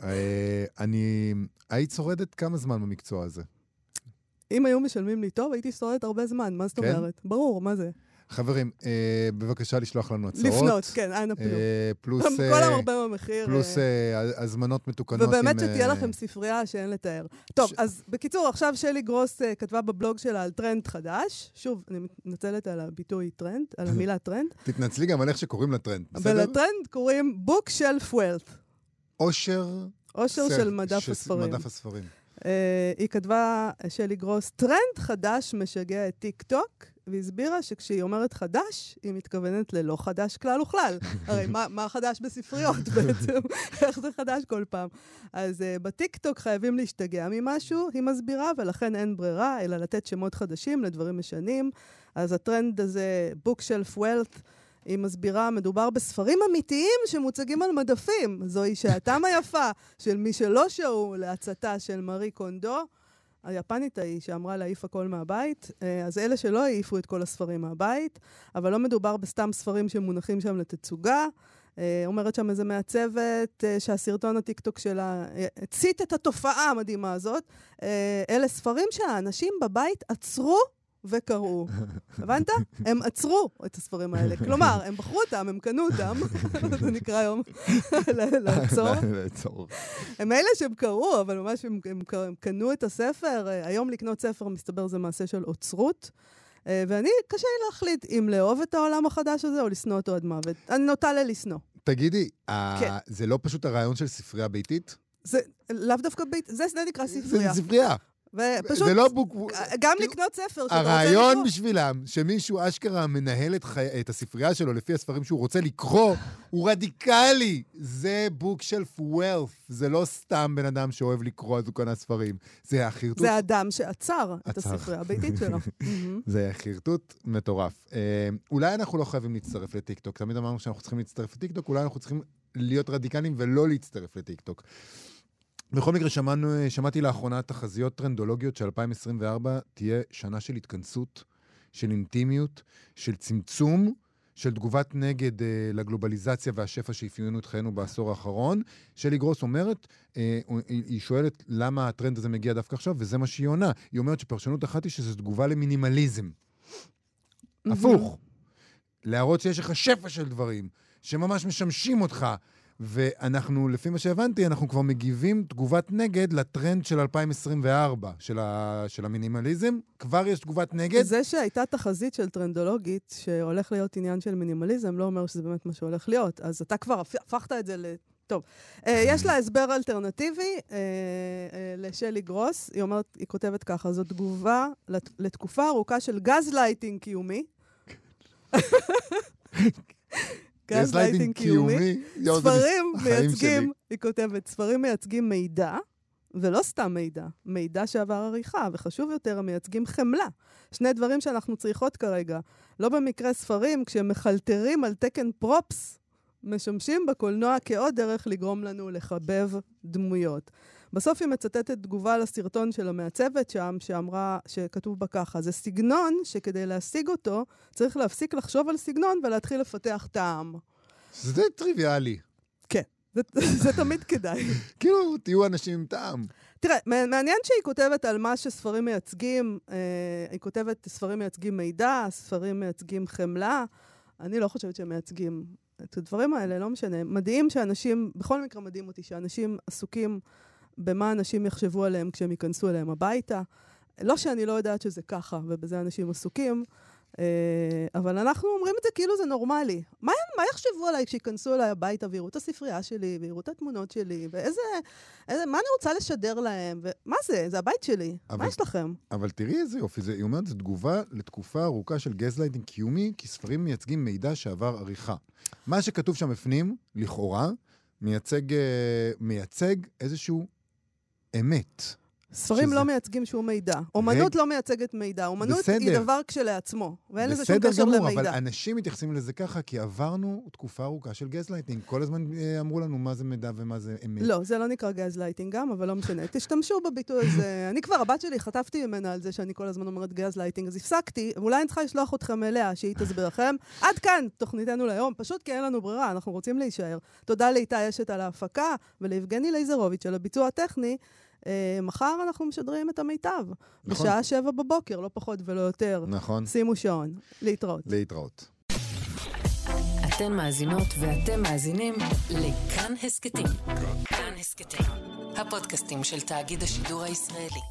היית שורדת כמה זמן במקצוע הזה? אם היו משלמים לי טוב, הייתי שורדת הרבה זמן. מה זאת אומרת? ברור, מה זה? חברים, בבקשה לשלוח לנו הצעות. לפנות, כן, אנא פנו. פלוס... כל המרבה במחיר. פלוס הזמנות מתוקנות. ובאמת שתהיה לכם ספרייה שאין לתאר. טוב, אז בקיצור, עכשיו שלי גרוס כתבה בבלוג שלה על טרנד חדש. שוב, אני מתנצלת על הביטוי טרנד, על המילה טרנד. תתנצלי גם על איך שקוראים לטרנד, בסדר? ולטרנד קוראים Bookshelf Wealth. עושר של מדף הספרים. היא כתבה, שלי גרוס, טרנד חדש משגע את טיק טוק, והסבירה שכשהיא אומרת חדש, היא מתכוונת ללא חדש כלל וכלל. הרי מה חדש בספריות בעצם? איך זה חדש כל פעם? אז בטיק טוק חייבים להשתגע ממשהו, היא מסבירה, ולכן אין ברירה, אלא לתת שמות חדשים לדברים משנים. אז הטרנד הזה, Bookshelf Wealth, היא מסבירה, מדובר בספרים אמיתיים שמוצגים על מדפים. זוהי שעתם היפה של מי שלא שעו להצתה של מארי קונדו, היפנית היא שאמרה להעיף הכל מהבית. אז אלה שלא העיפו את כל הספרים מהבית, אבל לא מדובר בסתם ספרים שמונחים שם לתצוגה. אומרת שם איזה מעצבת שהסרטון הטיקטוק שלה הצית את התופעה המדהימה הזאת. אלה ספרים שהאנשים בבית עצרו וקראו. הבנת? הם עצרו את הספרים האלה. כלומר, הם בחרו אותם, הם קנו אותם. זה נקרא היום לעצור. הם אלה שהם קראו, אבל ממש הם קנו את הספר. היום לקנות ספר, מסתבר, זה מעשה של אוצרות. ואני, קשה לי להחליט אם לאהוב את העולם החדש הזה או לשנוא אותו עד מוות. אני נוטה לשנוא. תגידי, זה לא פשוט הרעיון של ספרייה ביתית? זה לאו דווקא בית, זה נקרא ספרייה. זה ספרייה. ופשוט, זה לא בוק... גם לקנות ספר שאתה רוצה הרעיון לקרוא. בשבילם, שמישהו אשכרה מנהל את הספרייה שלו לפי הספרים שהוא רוצה לקרוא, הוא רדיקלי. זה בוקשלף ווילף. זה לא סתם בן אדם שאוהב לקרוא, אז הוא קנה ספרים. זה החרטוט. זה אדם שעצר את הספרייה הביתית שלו. זה החרטוט מטורף. אולי אנחנו לא חייבים להצטרף לטיקטוק. תמיד אמרנו שאנחנו צריכים להצטרף לטיקטוק, אולי אנחנו צריכים להיות רדיקליים ולא להצטרף לטיקטוק. בכל מקרה, שמעתי לאחרונה תחזיות טרנדולוגיות ש-2024 תהיה שנה של התכנסות, של אינטימיות, של צמצום, של תגובת נגד לגלובליזציה והשפע שאפיינו את חיינו בעשור האחרון. שלי גרוס אומרת, היא שואלת למה הטרנד הזה מגיע דווקא עכשיו, וזה מה שהיא עונה. היא אומרת שפרשנות אחת היא שזו תגובה למינימליזם. הפוך. להראות שיש לך שפע של דברים, שממש משמשים אותך, ואנחנו, לפי מה שהבנתי, אנחנו כבר מגיבים תגובת נגד לטרנד של 2024, של המינימליזם. כבר יש תגובת נגד. זה שהייתה תחזית של טרנדולוגית, שהולך להיות עניין של מינימליזם, לא אומר שזה באמת מה שהולך להיות. אז אתה כבר הפכת את זה טוב. יש לה הסבר אלטרנטיבי לשלי גרוס. היא אומרת, היא כותבת ככה, זו תגובה לתקופה ארוכה של גזלייטינג קיומי. גזלייטינג קיומי. ספרים מייצגים, היא כותבת, ספרים מייצגים מידע, ולא סתם מידע, מידע שעבר עריכה, וחשוב יותר, הם מייצגים חמלה. שני דברים שאנחנו צריכות כרגע. לא במקרה ספרים, כשהם מחלטרים על תקן פרופס, משמשים בקולנוע כעוד דרך לגרום לנו לחבב דמויות. בסוף היא מצטטת תגובה לסרטון של המעצבת שם, שאמרה, שכתוב בה ככה, זה סגנון שכדי להשיג אותו, צריך להפסיק לחשוב על סגנון ולהתחיל לפתח טעם. זה טריוויאלי. כן, זה תמיד כדאי. כאילו, תהיו אנשים עם טעם. תראה, מעניין שהיא כותבת על מה שספרים מייצגים, היא כותבת ספרים מייצגים מידע, ספרים מייצגים חמלה, אני לא חושבת שהם מייצגים את הדברים האלה, לא משנה. מדהים שאנשים, בכל מקרה מדהים אותי, שאנשים עסוקים במה אנשים יחשבו עליהם כשהם ייכנסו אליהם הביתה. לא שאני לא יודעת שזה ככה, ובזה אנשים עסוקים, אבל אנחנו אומרים את זה כאילו זה נורמלי. מה יחשבו עליי כשיכנסו אליי הביתה ויראו את הספרייה שלי, ויראו את התמונות שלי, מה אני רוצה לשדר להם? מה זה? זה הבית שלי. מה יש לכם? אבל תראי איזה יופי, היא אומרת, זו תגובה לתקופה ארוכה של גזלייטינג קיומי, כי ספרים מייצגים מידע שעבר עריכה. מה שכתוב שם בפנים, לכאורה, מייצג איזשהו אמת. ספרים לא מייצגים שום מידע. אומנות לא מייצגת מידע. אומנות היא דבר כשלעצמו, ואין לזה שום קשר למידע. אבל אנשים מתייחסים לזה ככה, כי עברנו תקופה ארוכה של גזלייטינג. כל הזמן אמרו לנו מה זה מידע ומה זה אמת. לא, זה לא נקרא גזלייטינג גם, אבל לא משנה. תשתמשו בביטוי הזה. אני כבר, הבת שלי, חטפתי ממנה על זה שאני כל הזמן אומרת גזלייטינג, אז הפסקתי, ואולי אני צריכה לשלוח אתכם אליה, שהיא תסביר לכם. עד כאן, תוכניתנו להיום. פשוט כי אין לנו ברירה, אנחנו רוצים להישאר. תודה לאיתי אשת על ההפקה, וליבגני לייזרוביץ' על הביצוע הטכני. מחר אנחנו משדרים את המיטב. נכון. בשעה 7 בבוקר, לא פחות ולא יותר. נכון. שימו שעון. להתראות. להתראות. אתן מאזינות ואתם מאזינים לכאן הסקטים. כאן הסקטים. הפודקאסטים של תאגיד השידור הישראלי.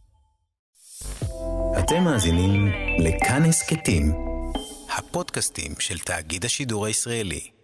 אתם מאזינים לכאן הסקטים. הפודקאסטים של תאגיד השידור הישראלי.